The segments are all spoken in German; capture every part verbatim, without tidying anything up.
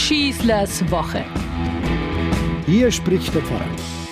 Schießlers Woche. Hier spricht der Pfarrer.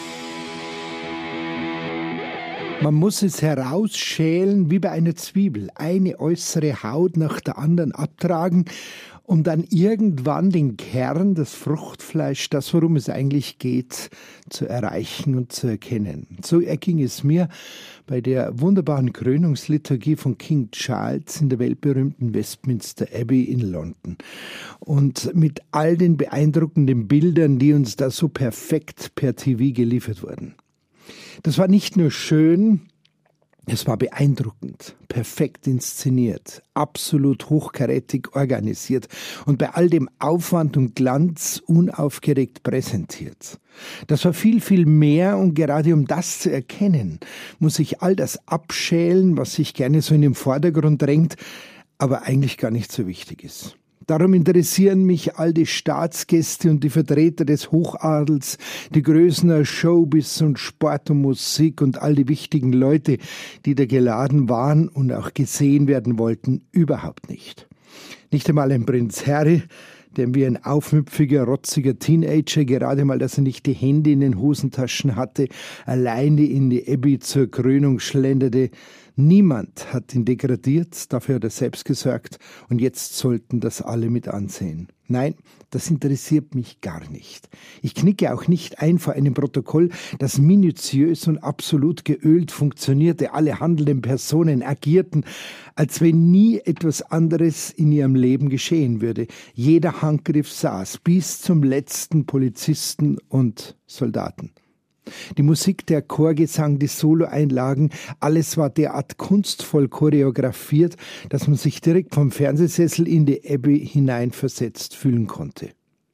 Man muss es herausschälen wie bei einer Zwiebel, eine äußere Haut nach der anderen abtragen, um dann irgendwann den Kern, das Fruchtfleisch, das, worum es eigentlich geht, zu erreichen und zu erkennen. So erging es mir bei der wunderbaren Krönungsliturgie von King Charles in der weltberühmten Westminster Abbey in London. Und mit all den beeindruckenden Bildern, die uns da so perfekt per T V geliefert wurden. Das war nicht nur schön, es war beeindruckend, perfekt inszeniert, absolut hochkarätig organisiert und bei all dem Aufwand und Glanz unaufgeregt präsentiert. Das war viel, viel mehr und gerade um das zu erkennen, muss ich all das abschälen, was sich gerne so in den Vordergrund drängt, aber eigentlich gar nicht so wichtig ist. Darum interessieren mich all die Staatsgäste und die Vertreter des Hochadels, die Größen aus Showbiz und Sport und Musik und all die wichtigen Leute, die da geladen waren und auch gesehen werden wollten, überhaupt nicht. Nicht einmal ein Prinz Harry, der wie ein aufmüpfiger, rotziger Teenager, gerade mal, dass er nicht die Hände in den Hosentaschen hatte, alleine in die Abbey zur Krönung schlenderte. Niemand hat ihn degradiert, dafür hat er selbst gesorgt und jetzt sollten das alle mit ansehen. Nein, das interessiert mich gar nicht. Ich knicke auch nicht ein vor einem Protokoll, das minutiös und absolut geölt funktionierte. Alle handelnden Personen agierten, als wenn nie etwas anderes in ihrem Leben geschehen würde. Jeder Handgriff saß, bis zum letzten Polizisten und Soldaten. Die Musik, der Chorgesang, die Soloeinlagen, alles war derart kunstvoll choreografiert, dass man sich direkt vom Fernsehsessel in die Abbey hineinversetzt fühlen konnte.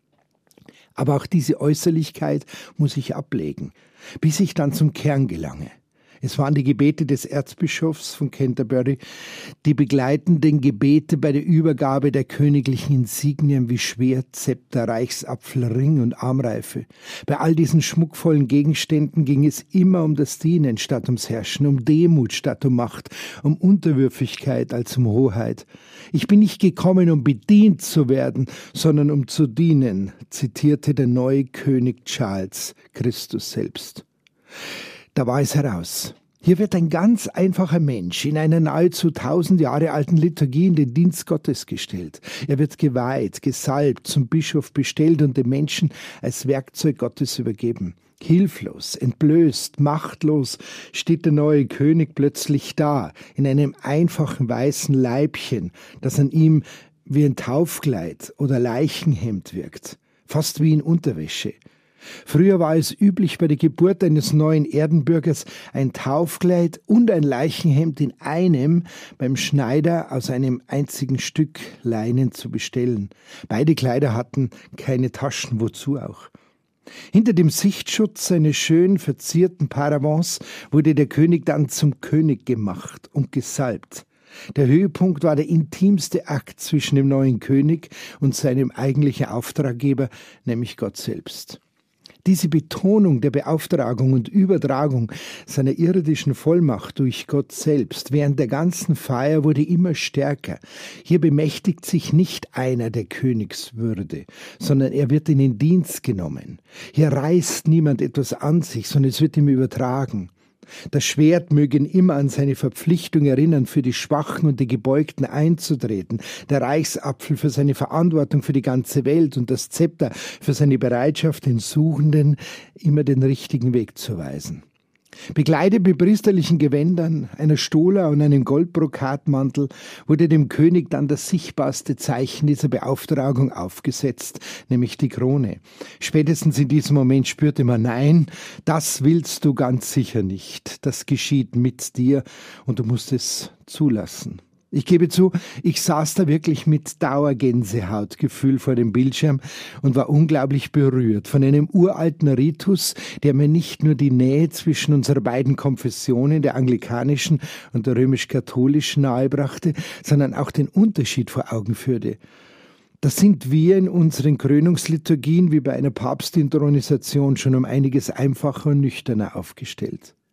Aber auch diese Äußerlichkeit muss ich ablegen, bis ich dann zum Kern gelange. Es waren die Gebete des Erzbischofs von Canterbury, die begleitenden Gebete bei der Übergabe der königlichen Insignien wie Schwert, Zepter, Reichsapfel, Ring und Armreife. Bei all diesen schmuckvollen Gegenständen ging es immer um das Dienen statt ums Herrschen, um Demut statt um Macht, um Unterwürfigkeit als um Hoheit. Ich bin nicht gekommen, um bedient zu werden, sondern um zu dienen, zitierte der neue König Charles, Christus selbst. Da war es heraus. Hier wird ein ganz einfacher Mensch in einer nahezu tausend Jahre alten Liturgie in den Dienst Gottes gestellt. Er wird geweiht, gesalbt, zum Bischof bestellt und dem Menschen als Werkzeug Gottes übergeben. Hilflos, entblößt, machtlos steht der neue König plötzlich da, in einem einfachen weißen Leibchen, das an ihm wie ein Taufkleid oder Leichenhemd wirkt, fast wie in Unterwäsche. Früher war es üblich, bei der Geburt eines neuen Erdenbürgers ein Taufkleid und ein Leichenhemd in einem beim Schneider aus einem einzigen Stück Leinen zu bestellen. Beide Kleider hatten keine Taschen, wozu auch. Hinter dem Sichtschutz eines schön verzierten Paravents wurde der König dann zum König gemacht und gesalbt. Der Höhepunkt war der intimste Akt zwischen dem neuen König und seinem eigentlichen Auftraggeber, nämlich Gott selbst. Diese Betonung der Beauftragung und Übertragung seiner irdischen Vollmacht durch Gott selbst während der ganzen Feier wurde immer stärker. Hier bemächtigt sich nicht einer der Königswürde, sondern er wird in den Dienst genommen. Hier reißt niemand etwas an sich, sondern es wird ihm übertragen. Das Schwert möge ihn immer an seine Verpflichtung erinnern, für die Schwachen und die Gebeugten einzutreten, der Reichsapfel für seine Verantwortung für die ganze Welt und das Zepter für seine Bereitschaft, den Suchenden immer den richtigen Weg zu weisen. Begleitet mit priesterlichen Gewändern, einer Stola und einem Goldbrokatmantel wurde dem König dann das sichtbarste Zeichen dieser Beauftragung aufgesetzt, nämlich die Krone. Spätestens in diesem Moment spürte man, nein, das willst du ganz sicher nicht. Das geschieht mit dir und du musst es zulassen. Ich gebe zu, ich saß da wirklich mit Dauergänsehautgefühl vor dem Bildschirm und war unglaublich berührt von einem uralten Ritus, der mir nicht nur die Nähe zwischen unseren beiden Konfessionen, der anglikanischen und der römisch-katholischen, nahebrachte, sondern auch den Unterschied vor Augen führte. Das sind wir in unseren Krönungsliturgien wie bei einer Papstinthronisation schon um einiges einfacher und nüchterner aufgestellt.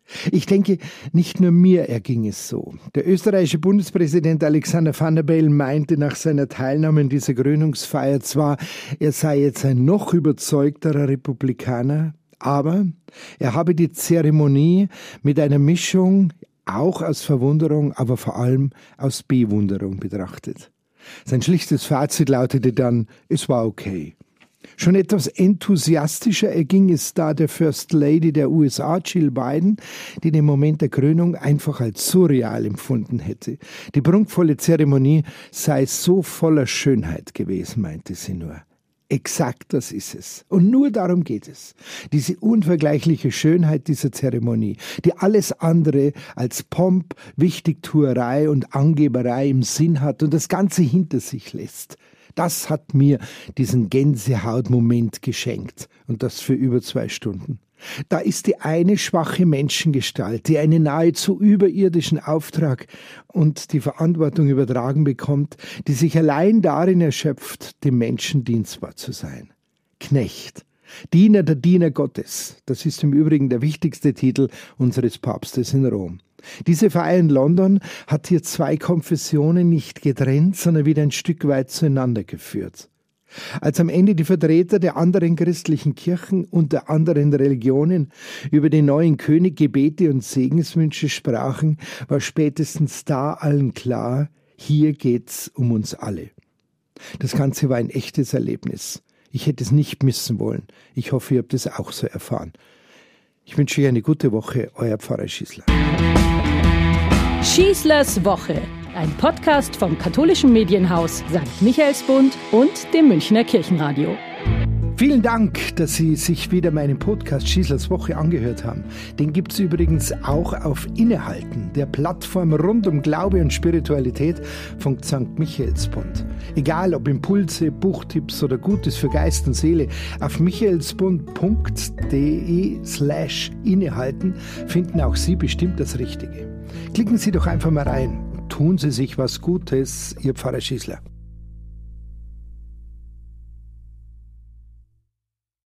Ich denke, nicht nur mir erging es so. Der österreichische Bundespräsident Alexander Van der Bellen meinte nach seiner Teilnahme in dieser Krönungsfeier zwar, er sei jetzt ein noch überzeugterer Republikaner, aber er habe die Zeremonie mit einer Mischung auch aus Verwunderung, aber vor allem aus Bewunderung betrachtet. Sein schlichtes Fazit lautete dann, es war okay. Schon etwas enthusiastischer erging es da der First Lady der U S A, Jill Biden, die den Moment der Krönung einfach als surreal empfunden hätte. Die prunkvolle Zeremonie sei so voller Schönheit gewesen, meinte sie nur. Exakt das ist es. Und nur darum geht es. Diese unvergleichliche Schönheit dieser Zeremonie, die alles andere als Pomp, Wichtigtuerei und Angeberei im Sinn hat und das Ganze hinter sich lässt. Das hat mir diesen Gänsehautmoment geschenkt und das für über zwei Stunden. Da ist die eine schwache Menschengestalt, die einen nahezu überirdischen Auftrag und die Verantwortung übertragen bekommt, die sich allein darin erschöpft, dem Menschen dienstbar zu sein. Knecht, Diener der Diener Gottes, das ist im Übrigen der wichtigste Titel unseres Papstes in Rom. Diese Feier in London hat hier zwei Konfessionen nicht getrennt, sondern wieder ein Stück weit zueinander geführt. Als am Ende die Vertreter der anderen christlichen Kirchen und der anderen Religionen über den neuen König Gebete und Segenswünsche sprachen, war spätestens da allen klar, hier geht's um uns alle. Das Ganze war ein echtes Erlebnis. Ich hätte es nicht missen wollen. Ich hoffe, ihr habt es auch so erfahren. Ich wünsche euch eine gute Woche, euer Pfarrer Schießler. Schießlers Woche, ein Podcast vom katholischen Medienhaus Sankt Michaelsbund und dem Münchner Kirchenradio. Vielen Dank, dass Sie sich wieder meinen Podcast Schießlers Woche angehört haben. Den gibt es übrigens auch auf Innehalten, der Plattform rund um Glaube und Spiritualität von Sankt Michaelsbund. Egal ob Impulse, Buchtipps oder Gutes für Geist und Seele, auf michaelsbund.de slash innehalten finden auch Sie bestimmt das Richtige. Klicken Sie doch einfach mal rein und tun Sie sich was Gutes, Ihr Pfarrer Schießler.